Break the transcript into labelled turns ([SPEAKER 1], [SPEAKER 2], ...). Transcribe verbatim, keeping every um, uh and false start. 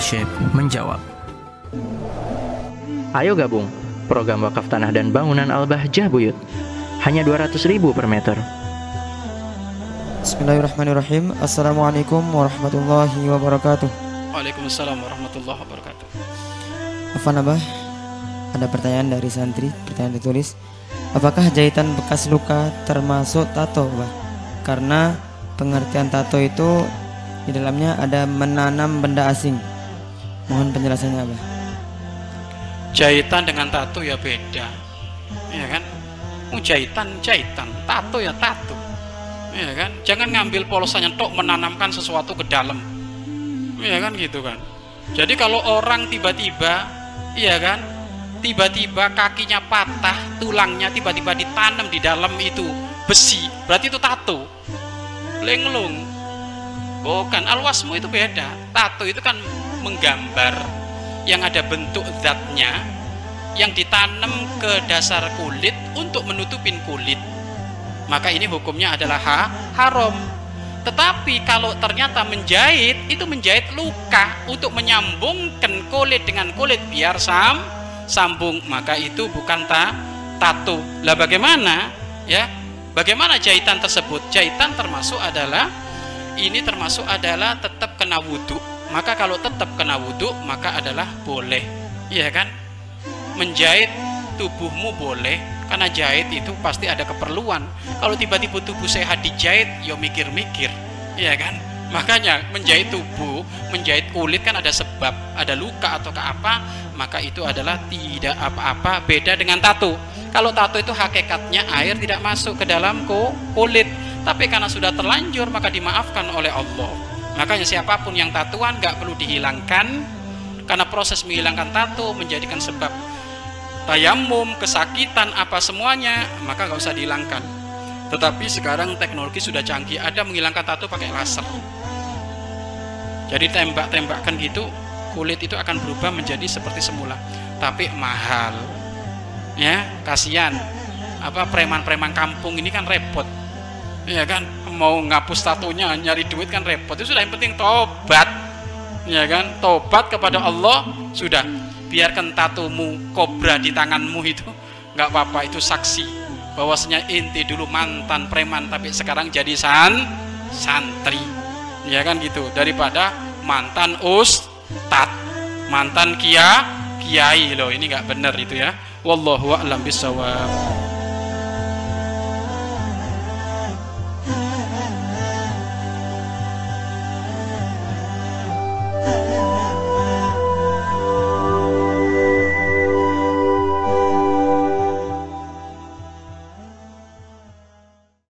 [SPEAKER 1] Syekh menjawab. Ayo gabung program wakaf tanah dan bangunan Al-Bahjah Buyut. Hanya dua ratus ribu per meter.
[SPEAKER 2] Bismillahirrahmanirrahim. Assalamualaikum warahmatullahi wabarakatuh.
[SPEAKER 3] Waalaikumsalam warahmatullahi wabarakatuh.
[SPEAKER 2] Afwan Abah, ada pertanyaan dari santri, pertanyaan ditulis. Apakah jahitan bekas luka termasuk tato, Abah? Karena pengertian tato itu di dalamnya ada menanam benda asing. Mohon penjelasannya, Abah.
[SPEAKER 3] Jahitan dengan tato ya beda, ya kan? Oh, jahitan jahitan, tato ya tato, ya kan? Jangan ngambil polosannya tok menanamkan sesuatu ke dalam, ya kan gitu kan? Jadi kalau orang tiba-tiba, ya kan, tiba-tiba kakinya patah, tulangnya tiba-tiba ditanam di dalam itu besi, berarti itu tato. Lenglung. Bukan, alwasmu itu beda. Tato itu kan menggambar yang ada bentuk zatnya yang ditanam ke dasar kulit untuk menutupin kulit. Maka ini hukumnya adalah ha, haram. Tetapi kalau ternyata menjahit, itu menjahit luka untuk menyambungkan kulit dengan kulit biar sam, sambung, maka itu bukan ta, tato. Lah bagaimana? Ya, bagaimana jahitan tersebut? Jahitan termasuk adalah ini termasuk adalah tetap kena wudhu. Maka kalau tetap kena wudhu, maka adalah boleh, iya kan? Menjahit tubuhmu boleh, karena jahit itu pasti ada keperluan. Kalau tiba-tiba tubuh sehat dijahit, yo mikir-mikir, iya kan? Makanya menjahit tubuh, menjahit kulit kan ada sebab, ada luka atau ke apa, maka itu adalah tidak apa-apa, beda dengan tato. Kalau tato itu hakikatnya air tidak masuk ke dalam kulit, tapi karena sudah terlanjur maka dimaafkan oleh Allah. Makanya siapapun yang tatuan gak perlu dihilangkan, karena proses menghilangkan tato menjadikan sebab tayamum, kesakitan, apa semuanya, maka gak usah dihilangkan. Tetapi sekarang teknologi sudah canggih, ada menghilangkan tato pakai laser. Jadi tembak-tembakan gitu, kulit itu akan berubah menjadi seperti semula, tapi mahal. Ya, kasihan. Apa preman-preman kampung ini kan repot. Ya kan, mau ngapus tatonya nyari duit kan repot. Itu sudah, yang penting tobat, ya kan, tobat kepada Allah sudah. Biarkan tatomu kobra di tanganmu itu nggak apa-apa, itu saksi bahwasanya inti dulu mantan preman tapi sekarang jadi san santri, ya kan gitu, daripada mantan ustad, mantan kia kiai loh, ini nggak benar itu ya. Wallahu a'lam bishawab.